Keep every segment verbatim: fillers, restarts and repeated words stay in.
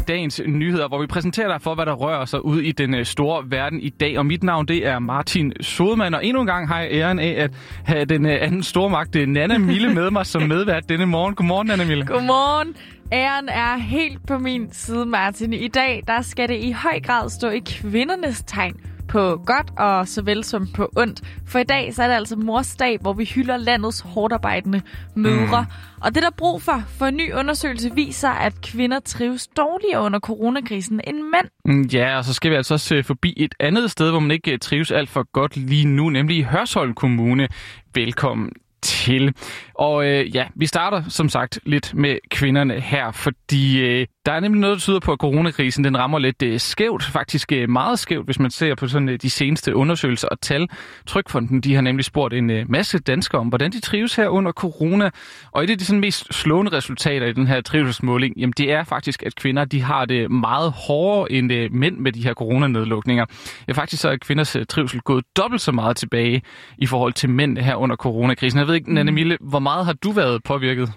dagens nyheder, hvor vi præsenterer dig for, hvad der rører sig ud i den store verden i dag. Og mit navn, det er Martin Sodemann, og endnu en gang har jeg æren af at have den anden stormagt, Nanna Mille, med mig som medvært denne morgen. Godmorgen, Nanna Mille. Godmorgen. Æren er helt på min side, Martin. I dag, der skal det i høj grad stå i kvindernes tegn på godt og såvel som på ondt. For i dag så er det altså morsdag, hvor vi hylder landets hårdarbejdende mødre. Mm. Og det der er brug for, for en ny undersøgelse viser, at kvinder trives dårligere under coronakrisen end mænd. Ja, og så skal vi altså også forbi et andet sted, hvor man ikke trives alt for godt lige nu, nemlig i Hørsholm Kommune. Velkommen til. Og øh, ja, vi starter som sagt lidt med kvinderne her, fordi øh, der er nemlig noget, der tyder på, at coronakrisen den rammer lidt øh, skævt, faktisk øh, meget skævt, hvis man ser på sådan øh, de seneste undersøgelser og tal. Trygfonden, de har nemlig spurgt en øh, masse danskere om, hvordan de trives her under corona. Og et af de sådan, mest slående resultater i den her trivselsmåling, jamen det er faktisk, at kvinder de har det meget hårdere end øh, mænd med de her coronanedlukninger. Ja, faktisk så er kvinders øh, trivsel gået dobbelt så meget tilbage i forhold til mænd her under coronakrisen. Jeg ved ikke, Nanna Mille, hvor meget har du været påvirket?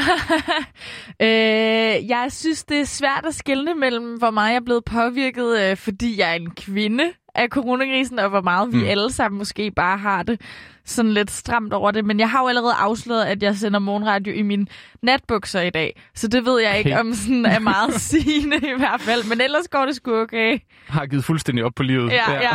øh, jeg synes, det er svært at skelne mellem, hvor meget jeg er blevet påvirket, øh, fordi jeg er en kvinde af coronakrisen, og hvor meget vi mm. alle sammen måske bare har det sådan lidt stramt over det. Men jeg har jo allerede afsløret, at jeg sender morgenradio i mine natbukser i dag. Så det ved jeg ikke, okay. om sådan er meget sigende i hvert fald. Men ellers går det sgu okay. Har givet fuldstændig op på livet. Ja, ja.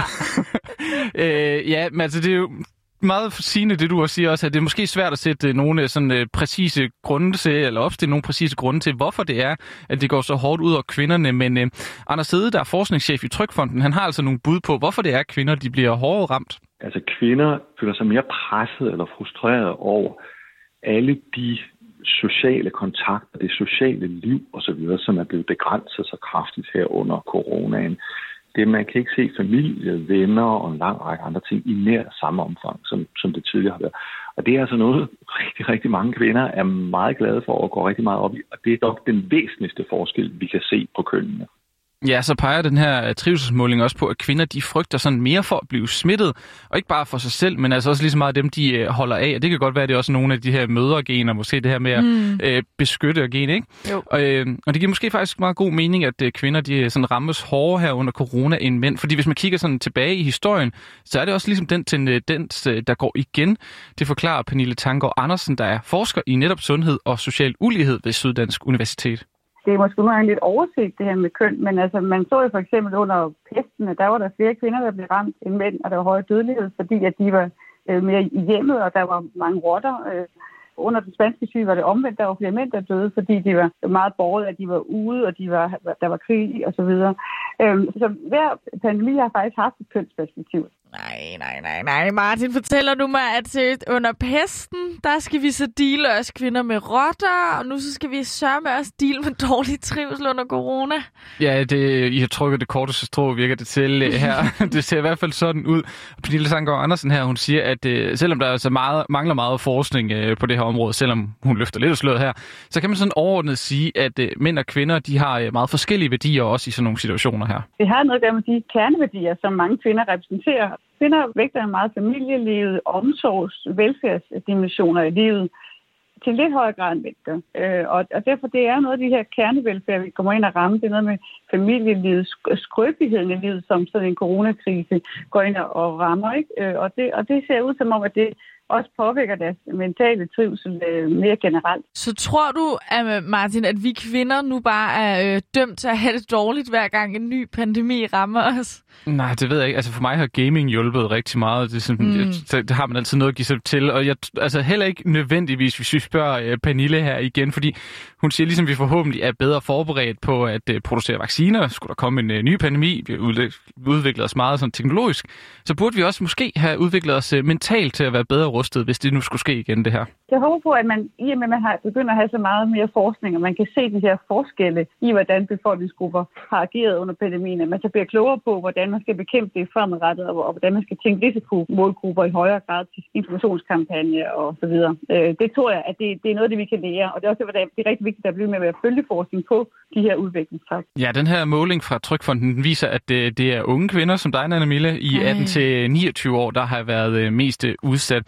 ja. øh, ja, men altså det er jo meget sigende, det du også siger også, at det er måske svært at sætte nogle sådan uh, præcise grunde til, eller opstille nogle præcise grunde til, hvorfor det er, at det går så hårdt ud over kvinderne. Men uh, Anders Hede, der er forskningschef i Trygfonden, han har altså nogle bud på, hvorfor det er, at kvinder de bliver hårdere ramt. Altså kvinder føler sig mere presset eller frustreret over alle de sociale kontakter, det sociale liv osv., som er blevet begrænset så kraftigt her under coronaen. Det, man kan ikke se familie, venner og en lang række andre ting i nær samme omfang, som, som det tidligere har været. Og det er altså noget, rigtig, rigtig mange kvinder er meget glade for at gå rigtig meget op i. Og det er nok den væsentligste forskel, vi kan se på kønnene. Ja, så peger den her trivselsmåling også på, at kvinder de frygter sådan mere for at blive smittet, og ikke bare for sig selv, men altså også lige så meget dem, de holder af. Og det kan godt være, at det er også nogle af de her mødregener, måske det her med at mm. øh, beskytte gen, ikke? Og, øh, og det giver måske faktisk meget god mening, at øh, kvinder de sådan rammes hårdere her under corona end mænd. Fordi hvis man kigger sådan tilbage i historien, så er det også ligesom den tendens, der går igen. Det forklarer Pernille Tanggaard Andersen, der er forsker i netop sundhed og social ulighed ved Syddansk Universitet. Det er måske nogle gange lidt overset, det her med køn, men altså, man så jo for eksempel under pesten, at der var der flere kvinder, der blev ramt end mænd, og der var højere dødelighed, fordi at de var øh, mere i hjemmet, og der var mange rotter. Øh, under den spanske syge var det omvendt, der var flere mænd, der døde, fordi de var meget båret, at de var ude, og de var, der var krig og så videre. Øh, så hver pandemi har faktisk haft et kønsperspektiv. Nej, nej, nej, nej. Martin, fortæller du mig, at under pesten, der skal vi så deale os kvinder med rotter, og nu så skal vi sørge med os deale med dårlig trivsel under corona. Ja, det, I har trykket det korteste strå, virker det til her. Det ser i hvert fald sådan ud. Pernille Tanggaard Andersen her, hun siger, at uh, selvom der altså meget, mangler meget forskning uh, på det her område, selvom hun løfter lidt af sløret her, så kan man sådan overordnet sige, at uh, mænd og kvinder, de har uh, meget forskellige værdier også i sådan nogle situationer her. Det har noget der med de kerneværdier, som mange kvinder repræsenterer. Kvinder vægter meget familielivet, omsorgs, velfærdsdimensioner i livet til lidt højere grad end mænd gør. Øh, og, og derfor det er noget af de her kernevelfærd, vi kommer ind og ramme. Det er noget med familielivet, skrøbeligheden i livet, som sådan en coronakrise går ind og rammer. Ikke? Øh, og, det, og det ser ud som om, at det også påvirker deres mentale trivsel øh, mere generelt. Så tror du, at Martin, at vi kvinder nu bare er øh, dømt til at have det dårligt, hver gang en ny pandemi rammer os? Nej, det ved jeg ikke. Altså for mig har gaming hjulpet rigtig meget. Det, er sådan, mm. jeg, det har man altid noget at give sig til. Og jeg, altså heller ikke nødvendigvis, hvis vi spørger uh, Pernille her igen, fordi hun siger ligesom, at vi forhåbentlig er bedre forberedt på at uh, producere vacciner. Skulle der komme en uh, ny pandemi, vi har udviklet os meget sådan teknologisk, så burde vi også måske have udviklet os uh, mentalt til at være bedre rustet, hvis det nu skulle ske igen, det her. Jeg håber på, at man i og med, at man har begyndt at have så meget mere forskning, og man kan se de her forskelle i, hvordan befolkningsgrupper har ageret under pandemien, at man så bliver klogere på, hvordan man skal bekæmpe det fremadrettet, og hvordan man skal tænke risikomålgrupper i højere grad til informationskampagner og så videre. Det tror jeg, at det, det er noget, det vi kan lære, og det er også det er rigtig vigtigt at blive med at følge forskning på de her udviklingstræk. Ja, den her måling fra Trygfonden viser, at det, det er unge kvinder som dig, Nanna Mille, i atten til niogtyve år, der har været mest udsat.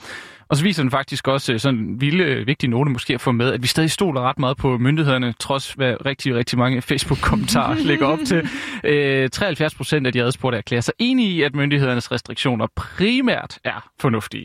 Og så viser den faktisk også sådan en vilde, vigtig note måske at få med, at vi stadig stoler ret meget på myndighederne, trods hvad rigtig, rigtig mange Facebook-kommentarer lægger op til. Øh, treoghalvfjerds procent af de adspurgte erklærer sig enige i, at myndighedernes restriktioner primært er fornuftige.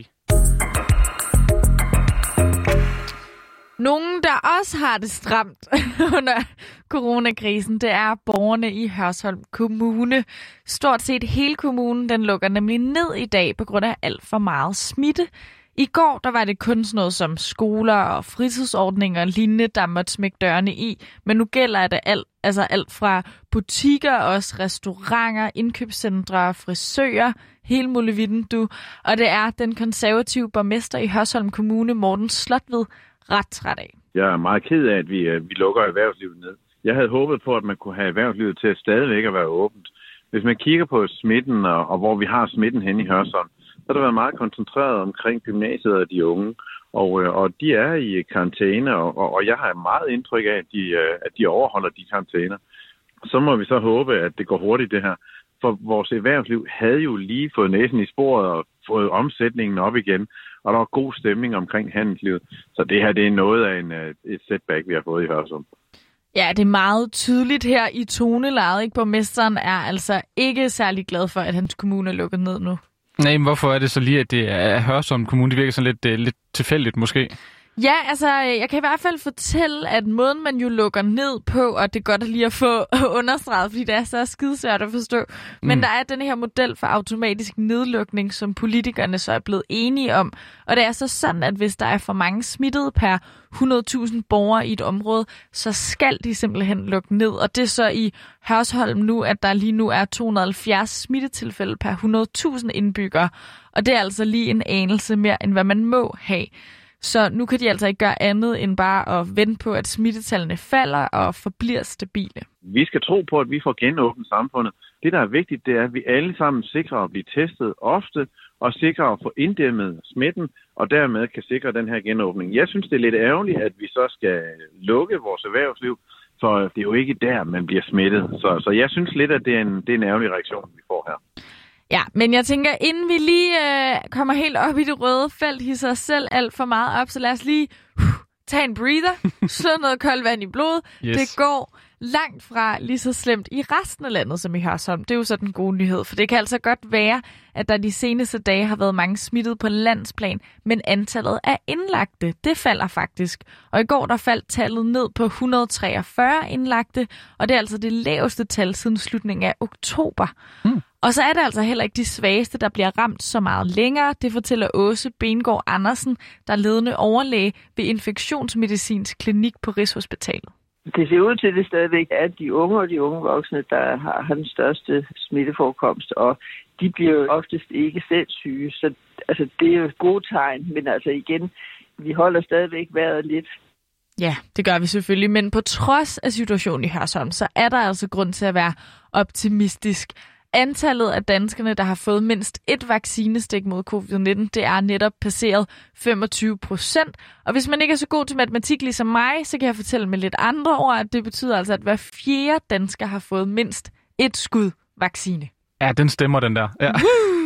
Nogen, der også har det stramt under coronakrisen, det er borgerne i Hørsholm Kommune. Stort set hele kommunen, den lukker nemlig ned i dag på grund af alt for meget smitte. I går, der var det kun sådan noget som skoler og fritidsordninger og lignende, der måtte smække dørene i. Men nu gælder det alt, altså alt fra butikker, også restauranter, indkøbscentre, frisører, hele muligheden du. Og det er den konservative borgmester i Hørsholm Kommune, Morten Slotved, ret træt af. Jeg er meget ked af, at vi, vi lukker erhvervslivet ned. Jeg havde håbet på, at man kunne have erhvervslivet til at stadigvæk at være åbent. Hvis man kigger på smitten, og, og hvor vi har smitten hen i Hørsholm, så har der været meget koncentreret omkring gymnasiet og de unge. Og, og de er i karantæne, og, og jeg har meget indtryk af, at de, at de overholder de karantæner. Så må vi så håbe, at det går hurtigt det her. For vores erhvervsliv havde jo lige fået næsen i sporet og fået omsætningen op igen. Og der var god stemning omkring handelslivet. Så det her, det er noget af en, et setback, vi har fået i Hørsholm. Ja, det er meget tydeligt her i tonelejet, ikke? Borgmesteren er altså ikke særlig glad for, at hans kommune er lukket ned nu. Nej, men hvorfor er det så lige, at det er Hørsholm Kommune? Det virker sådan lidt, lidt tilfældigt måske. Ja, altså, jeg kan i hvert fald fortælle, at måden, man jo lukker ned på, og det er godt lige at få understreget, fordi det er så skidesvært at forstå. Men mm. der er den her model for automatisk nedlukning, som politikerne så er blevet enige om. Og det er så sådan, at hvis der er for mange smittede per hundrede tusind borgere i et område, så skal de simpelthen lukke ned. Og det er så i Hørsholm nu, at der lige nu er to hundrede og halvfjerds smittetilfælde per hundrede tusind indbyggere. Og det er altså lige en anelse mere, end hvad man må have. Så nu kan de altså ikke gøre andet end bare at vente på, at smittetallene falder og forbliver stabile. Vi skal tro på, at vi får genåbnet samfundet. Det, der er vigtigt, det er, at vi alle sammen sikrer at blive testet ofte og sikrer at få inddæmmet smitten, og dermed kan sikre den her genåbning. Jeg synes, det er lidt ærgerligt, at vi så skal lukke vores erhvervsliv, for det er jo ikke der, man bliver smittet. Så, så jeg synes lidt, at det er, en, det er en ærgerlig reaktion, vi får her. Ja, men jeg tænker, inden vi lige øh, kommer helt op i det røde felt, hisser os selv alt for meget op, så lad os lige uh, tage en breather, slå noget koldt vand i blodet. Yes. Det går langt fra lige så slemt i resten af landet, som I Hørsholm. Det er jo så den gode nyhed, for det kan altså godt være, at der de seneste dage har været mange smittet på landsplan, men antallet af indlagte, det falder faktisk. Og i går der faldt tallet ned på et hundrede og treogfyrre indlagte, og det er altså det laveste tal siden slutningen af oktober. Mm. Og så er det altså heller ikke de svageste, der bliver ramt så meget længere. Det fortæller Åse Bengård Andersen, der er ledende overlæge ved Infektionsmedicinsk Klinik på Rigshospitalet. Det ser ud til, at det stadigvæk er de unge og de unge voksne, der har, har den største smitteforekomst, og de bliver jo oftest ikke selv syge, så altså, det er jo et godt tegn. Men altså igen, vi holder stadigvæk vejret lidt. Ja, det gør vi selvfølgelig, men på trods af situationen i Hørsholm, så er der altså grund til at være optimistisk. Antallet af danskerne, der har fået mindst et vaccinestik mod covid nitten, det er netop passeret femogtyve procent. Og hvis man ikke er så god til matematik ligesom mig, så kan jeg fortælle med lidt andre ord, at det betyder altså, at hver fjerde dansker har fået mindst et skud vaccine. Ja, den stemmer, den der. Ja.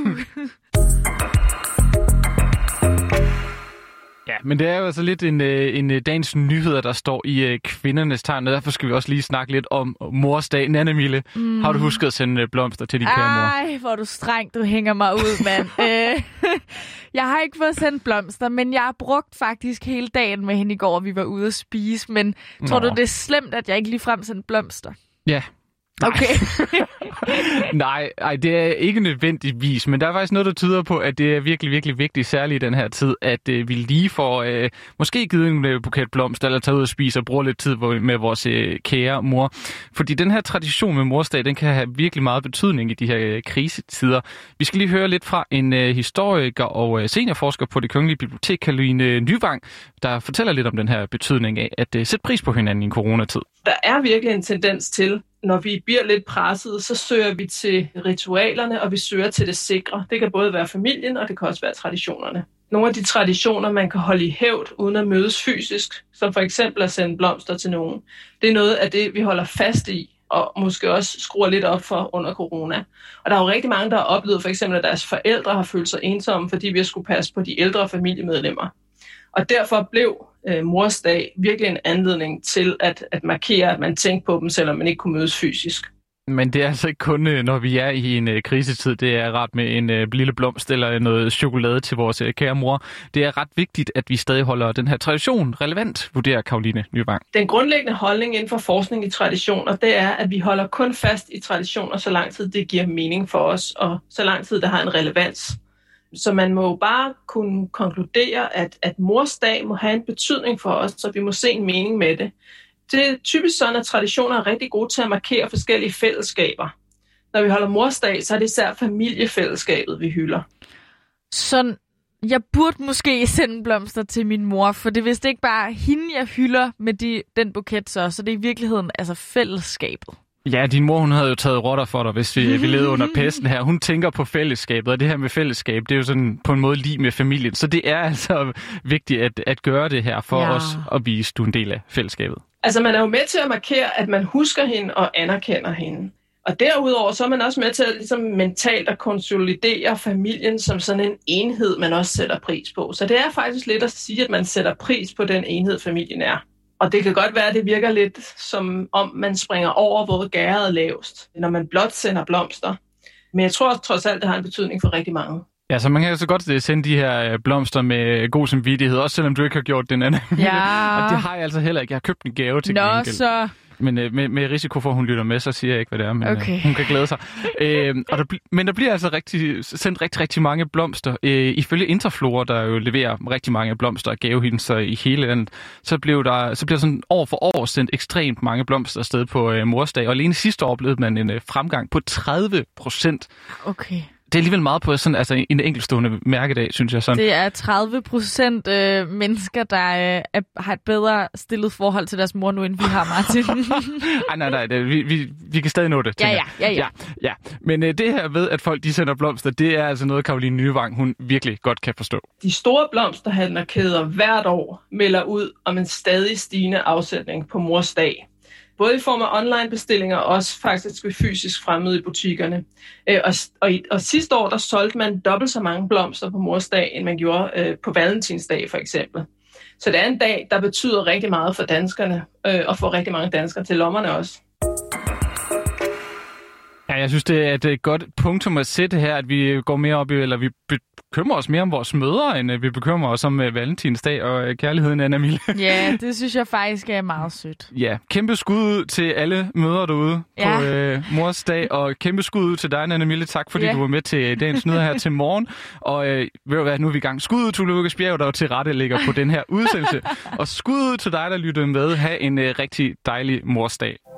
Ja, men det er jo altså lidt en, en dagens nyheder, der står i kvindernes tegn, og derfor skal vi også lige snakke lidt om morsdag. Nanne Mille, mm. har du husket at sende blomster til din kære mor? Ej, hvor er du streng, du hænger mig ud, mand. øh, jeg har ikke fået sendt blomster, men jeg har brugt faktisk hele dagen med hende i går, og vi var ude at spise, men Nå. Tror du, det er slemt, at jeg ikke ligefrem sendte blomster? Ja. Okay. nej, nej, det er ikke nødvendigvis, men der er faktisk noget, der tyder på, at det er virkelig, virkelig vigtigt, særligt i den her tid, at øh, vi lige får øh, måske givet en øh, buket blomster, eller tager ud og spise og bruger lidt tid med vores øh, kære mor. Fordi den her tradition med morsdag, den kan have virkelig meget betydning i de her øh, krisetider. Vi skal lige høre lidt fra en øh, historiker og øh, seniorforsker på Det Kongelige Bibliotek, Caroline Nyvang, der fortæller lidt om den her betydning af at øh, sætte pris på hinanden i en coronatid. Der er virkelig en tendens til, når vi bliver lidt presset, så søger vi til ritualerne, og vi søger til det sikre. Det kan både være familien, og det kan også være traditionerne. Nogle af de traditioner, man kan holde i hævd, uden at mødes fysisk, som for eksempel at sende blomster til nogen, det er noget af det, vi holder fast i. og måske også skruer lidt op for under corona. Og der er jo rigtig mange, der har oplevet for eksempel, at deres forældre har følt sig ensomme, fordi vi har skulle passe på de ældre familiemedlemmer. Og derfor blev øh, Mors Dag virkelig en anledning til at, at markere, at man tænkte på dem, selvom man ikke kunne mødes fysisk. Men det er altså ikke kun, når vi er i en uh, krisetid. Det er ret med en uh, lille blomst eller noget chokolade til vores uh, kære mor. Det er ret vigtigt, at vi stadig holder den her tradition relevant, vurderer Caroline Nyvang. Den grundlæggende holdning inden for forskning i traditioner, det er, at vi holder kun fast i traditioner, så lang tid det giver mening for os, og så lang tid det har en relevans. Så man må jo bare kunne konkludere, at, at Mors Dag må have en betydning for os, så vi må se en mening med det. Det er typisk sådan, at traditioner er rigtig gode til at markere forskellige fællesskaber. Når vi holder Mors Dag, så er det især familiefællesskabet, vi hylder. Så jeg burde måske sende blomster til min mor, for det er vist ikke bare hende, jeg hylder med de, den buket, så, så det er i virkeligheden altså fællesskabet. Ja, din mor, hun havde jo taget rotter for dig, hvis vi, vi levede under pesten her. Hun tænker på fællesskabet, og det her med fællesskab, det er jo sådan på en måde lige med familien. Så det er altså vigtigt at, at gøre det her for ja. os at vise, du er en del af fællesskabet. Altså, man er jo med til at markere, at man husker hende og anerkender hende. Og derudover, så er man også med til at ligesom, mentalt at konsolidere familien som sådan en enhed, man også sætter pris på. Så det er faktisk lidt at sige, at man sætter pris på den enhed, familien er. Og det kan godt være, at det virker lidt som om, man springer over, hvor gærdet er lavest, når man blot sender blomster. Men jeg tror trods alt, det har en betydning for rigtig mange. Ja, så man kan jo så godt sende de her blomster med god samvittighed, også selvom du ikke har gjort den anden. Ja. Og det har jeg altså heller ikke. Jeg har købt en gave til Nå, gengæld. så... Men øh, med, med risiko for, at hun lytter med, så siger jeg ikke, hvad det er, men okay. øh, hun kan glæde sig. øh, og der, men der bliver altså rigtig, sendt rigtig, rigtig mange blomster. Øh, ifølge Interflora, der jo leverer rigtig mange blomster og gavehilser i hele landet, så blev der så bliver sådan år for år sendt ekstremt mange blomster afsted på øh, Mors Dag. Og alene sidste år oplevede man en øh, fremgang på tredive procent. Okay. Det er alligevel meget på sådan, altså en enkeltstående mærkedag, synes jeg sådan. Det er tredive procent øh, mennesker, der øh, er, har et bedre stillet forhold til deres mor nu, end vi har, Martin. Ej, nej, nej, det, vi, vi, vi kan stadig nå det. Ja, ja, ja, ja. ja, ja. Men øh, det her ved, at folk de sender blomster, det er altså noget, Caroline Nyvang, hun virkelig godt kan forstå. De store blomsterhandlerkæder hvert år melder ud om en stadig stigende afsætning på Mors Dag. Både i form af online-bestillinger og også faktisk ved fysisk fremmøde i butikkerne. Og, og, og sidste år, der solgte man dobbelt så mange blomster på Mors Dag, end man gjorde øh, på Valentinsdag for eksempel. Så det er en dag, der betyder rigtig meget for danskerne, øh, og for rigtig mange danskere til lommerne også. Ja, jeg synes, det er et godt punktum at sætte her, at vi går mere op i, eller vi bekymrer os mere om vores mødre, end vi bekymrer os om uh, Valentinsdag og uh, kærligheden, Anna Mille. Ja, det synes jeg faktisk er meget sødt. Ja, kæmpe skud ud til alle mødre derude ja. på uh, Mors Dag, og kæmpe skud ud til dig, Anna Mille. Tak, fordi ja. du var med til dagens nyheder her til morgen. Og uh, ved du hvad, nu er vi i gang. Skud ud til Lukas Bjerg, der til rette ligger på den her udsendelse. Og skud ud til dig, der lyttede med. Ha' en uh, rigtig dejlig Mors Dag.